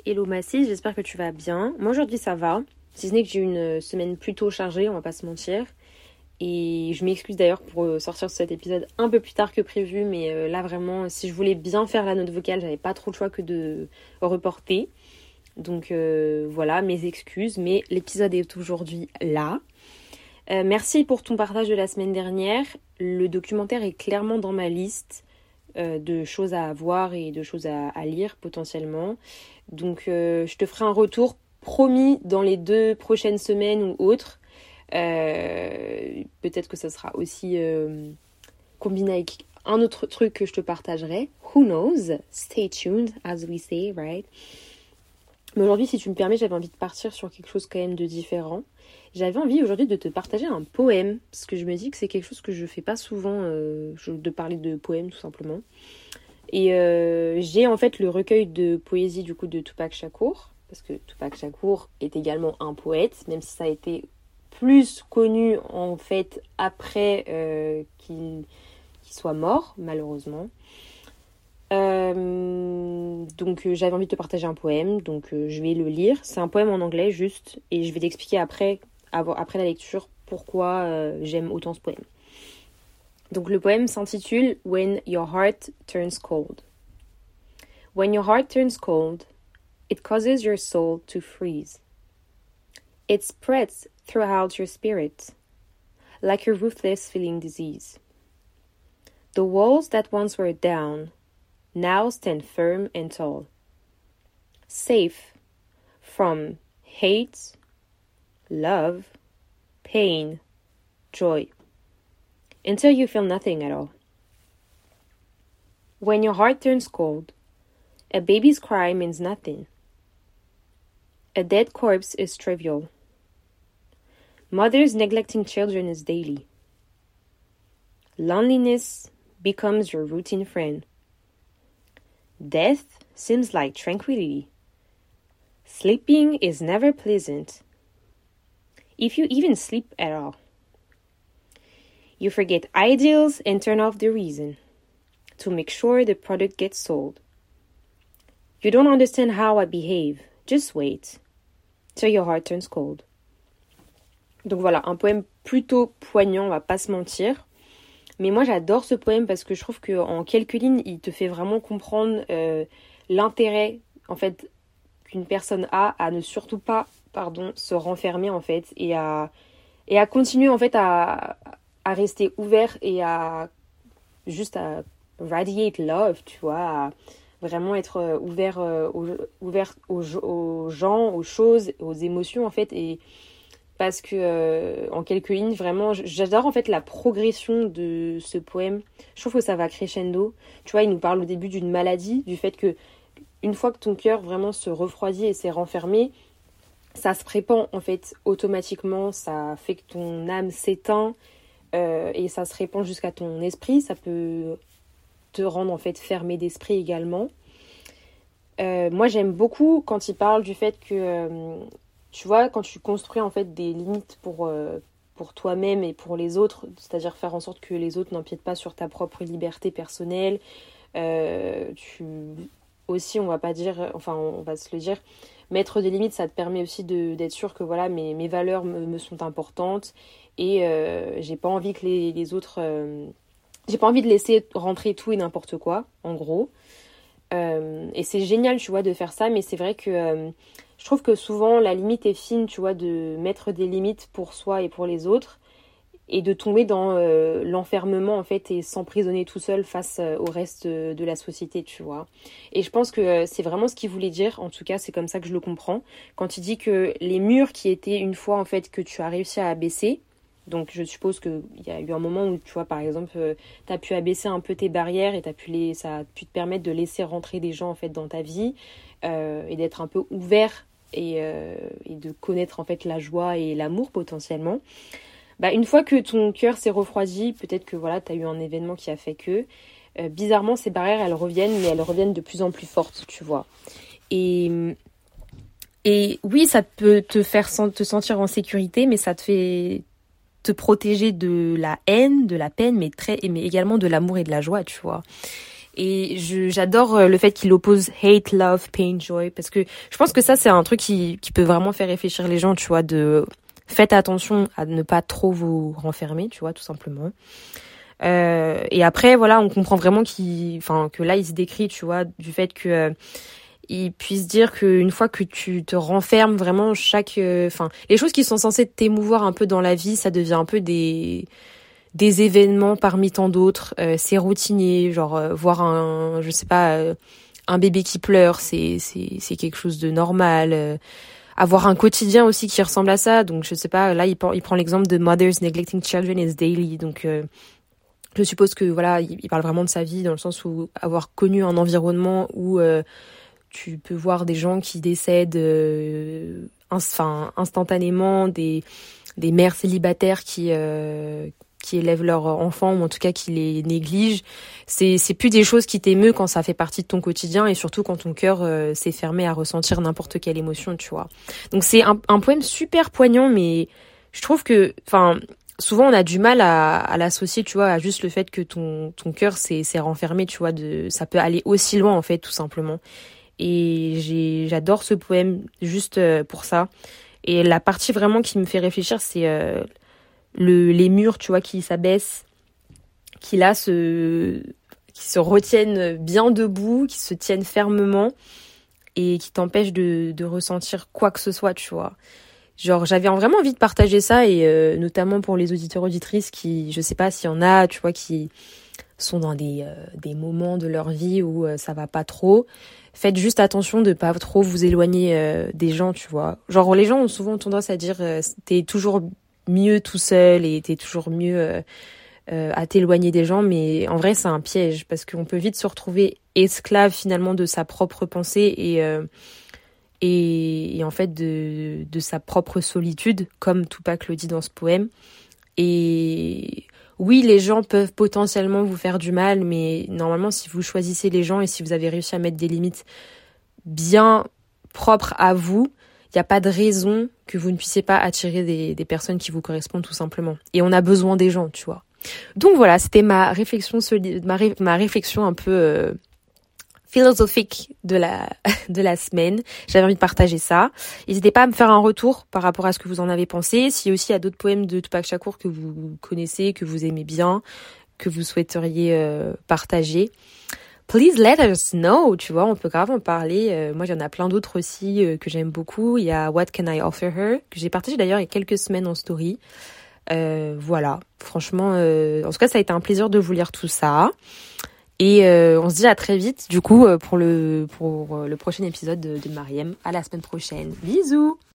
Hello Massis, j'espère que tu vas bien. Moi aujourd'hui ça va, si ce n'est que j'ai eu une semaine plutôt chargée, on va pas se mentir. Et je m'excuse d'ailleurs pour sortir cet épisode un peu plus tard que prévu, mais là vraiment, si je voulais bien faire la note vocale, j'avais pas trop le choix que de reporter. Donc voilà, mes excuses, mais l'épisode est aujourd'hui là. Merci pour ton partage de la semaine dernière. Le documentaire est clairement dans ma liste de choses à voir et de choses à lire potentiellement. Donc je te ferai un retour promis dans les 2 prochaines semaines ou autres. Peut-être que ça sera aussi combiné avec un autre truc que je te partagerai. Who knows? Stay tuned, as we say, right? Mais aujourd'hui, si tu me permets, j'avais envie de partir sur quelque chose quand même de différent. J'avais envie aujourd'hui de te partager un poème, parce que je me dis que c'est quelque chose que je fais pas souvent, de parler de poèmes tout simplement. Et j'ai en fait le recueil de poésie du coup de Tupac Shakur, parce que Tupac Shakur est également un poète, même si ça a été plus connu en fait après qu'il soit mort, malheureusement. Donc j'avais envie de te partager un poème, donc je vais le lire. C'est un poème en anglais juste, et je vais t'expliquer après la lecture pourquoi j'aime autant ce poème. Donc le poème s'intitule When Your Heart Turns Cold. When your heart turns cold, it causes your soul to freeze. It spreads throughout your spirit, like a ruthless feeling disease. The walls that once were down now stand firm and tall, safe from hate, love, pain, joy, until you feel nothing at all. When your heart turns cold, a baby's cry means nothing. A dead corpse is trivial. Mothers neglecting children is daily. Loneliness becomes your routine friend. Death seems like tranquility. Sleeping is never pleasant, if you even sleep at all. You forget ideals and turn off the reason to make sure the product gets sold. You don't understand how I behave. Just wait till your heart turns cold. Donc voilà, un poème plutôt poignant, on va pas se mentir. Mais moi j'adore ce poème parce que je trouve qu'en quelques lignes, il te fait vraiment comprendre l'intérêt en fait qu'une personne a à ne surtout pas se renfermer en fait et à continuer en fait à rester ouvert et à juste à radiate love, tu vois, à vraiment être ouvert aux gens, aux choses, aux émotions en fait. Et parce que en quelques lignes vraiment j'adore en fait la progression de ce poème. Je trouve que ça va crescendo, tu vois. Il nous parle au début d'une maladie, du fait que une fois que ton cœur vraiment se refroidit et s'est renfermé, ça se répand en fait automatiquement, ça fait que ton âme s'éteint et ça se répand jusqu'à ton esprit. Ça peut te rendre en fait fermé d'esprit également. Moi j'aime beaucoup quand il parle du fait que tu vois, quand tu construis en fait des limites pour toi-même et pour les autres, c'est-à-dire faire en sorte que les autres n'empiètent pas sur ta propre liberté personnelle, aussi, on va pas dire, enfin on va se le dire, mettre des limites, ça te permet aussi d'être sûr que voilà, mes valeurs me sont importantes et j'ai pas envie que les autres... j'ai pas envie de laisser rentrer tout et n'importe quoi, en gros. Et c'est génial, tu vois, de faire ça, mais c'est vrai que je trouve que souvent la limite est fine, tu vois, de mettre des limites pour soi et pour les autres et de tomber dans l'enfermement en fait et s'emprisonner tout seul face au reste de la société, tu vois. Et je pense que c'est vraiment ce qu'il voulait dire, en tout cas c'est comme ça que je le comprends, quand il dit que les murs qui étaient une fois en fait que tu as réussi à abaisser, donc je suppose qu'il y a eu un moment où tu vois par exemple tu as pu abaisser un peu tes barrières et ça a pu te permettre de laisser rentrer des gens en fait dans ta vie et d'être un peu ouvert et de connaître en fait la joie et l'amour potentiellement. Bah, une fois que ton cœur s'est refroidi, peut-être que voilà, tu as eu un événement qui a fait que bizarrement ces barrières elles reviennent, mais elles reviennent de plus en plus fortes, tu vois. Et oui, ça peut te faire te sentir en sécurité, mais ça te fait te protéger de la haine, de la peine, mais également de l'amour et de la joie, tu vois. Et j'adore le fait qu'il oppose hate, love, pain, joy, parce que je pense que ça, c'est un truc qui peut vraiment faire réfléchir les gens, tu vois, faites attention à ne pas trop vous renfermer, tu vois, tout simplement. Et après, voilà, on comprend vraiment que là, il se décrit, tu vois, du fait que il puisse dire qu'une fois que tu te renfermes vraiment les choses qui sont censées t'émouvoir un peu dans la vie, ça devient un peu des événements parmi tant d'autres. C'est routinier, genre voir un bébé qui pleure, c'est quelque chose de normal. Avoir un quotidien aussi qui ressemble à ça, donc je sais pas, là il prend l'exemple de Mothers neglecting children is daily, donc je suppose que voilà, il parle vraiment de sa vie dans le sens où avoir connu un environnement où tu peux voir des gens qui décèdent instantanément, des mères célibataires qui élèvent leurs enfants, ou en tout cas qui les négligent. C'est plus des choses qui t'émeut quand ça fait partie de ton quotidien, et surtout quand ton cœur s'est fermé à ressentir n'importe quelle émotion, tu vois. Donc c'est un poème super poignant, mais je trouve que, souvent on a du mal à l'associer, tu vois, à juste le fait que ton cœur s'est renfermé, tu vois, ça peut aller aussi loin en fait, tout simplement. Et j'adore ce poème juste pour ça. Et la partie vraiment qui me fait réfléchir, c'est les murs, tu vois, qui s'abaissent, qui se retiennent bien debout, qui se tiennent fermement et qui t'empêchent de ressentir quoi que ce soit, tu vois. Genre, j'avais vraiment envie de partager ça, et notamment pour les auditeurs auditrices qui, je sais pas s'il y en a, tu vois, qui sont dans des moments de leur vie où ça va pas trop. Faites juste attention de pas trop vous éloigner des gens, tu vois. Genre, les gens ont souvent tendance à dire t'es toujours mieux tout seul et t'es toujours mieux à t'éloigner des gens, mais en vrai c'est un piège parce qu'on peut vite se retrouver esclave finalement de sa propre pensée et en fait de sa propre solitude, comme Tupac le dit dans ce poème. Et oui, les gens peuvent potentiellement vous faire du mal, mais normalement si vous choisissez les gens et si vous avez réussi à mettre des limites bien propres à vous, il n'y a pas de raison que vous ne puissiez pas attirer des personnes qui vous correspondent, tout simplement. Et on a besoin des gens, tu vois. Donc voilà, c'était ma réflexion ma réflexion un peu philosophique de la semaine. J'avais envie de partager ça. N'hésitez pas à me faire un retour par rapport à ce que vous en avez pensé. Si aussi il y a d'autres poèmes de Tupac Shakur que vous connaissez, que vous aimez bien, que vous souhaiteriez partager, please let us know, tu vois, on peut grave en parler. Moi, il y en a plein d'autres aussi que j'aime beaucoup. Il y a What Can I Offer Her, que j'ai partagé d'ailleurs il y a quelques semaines en story. Voilà, franchement, en tout cas, ça a été un plaisir de vous lire tout ça. Et on se dit à très vite, du coup, pour le prochain épisode de Mariem. À la semaine prochaine. Bisous!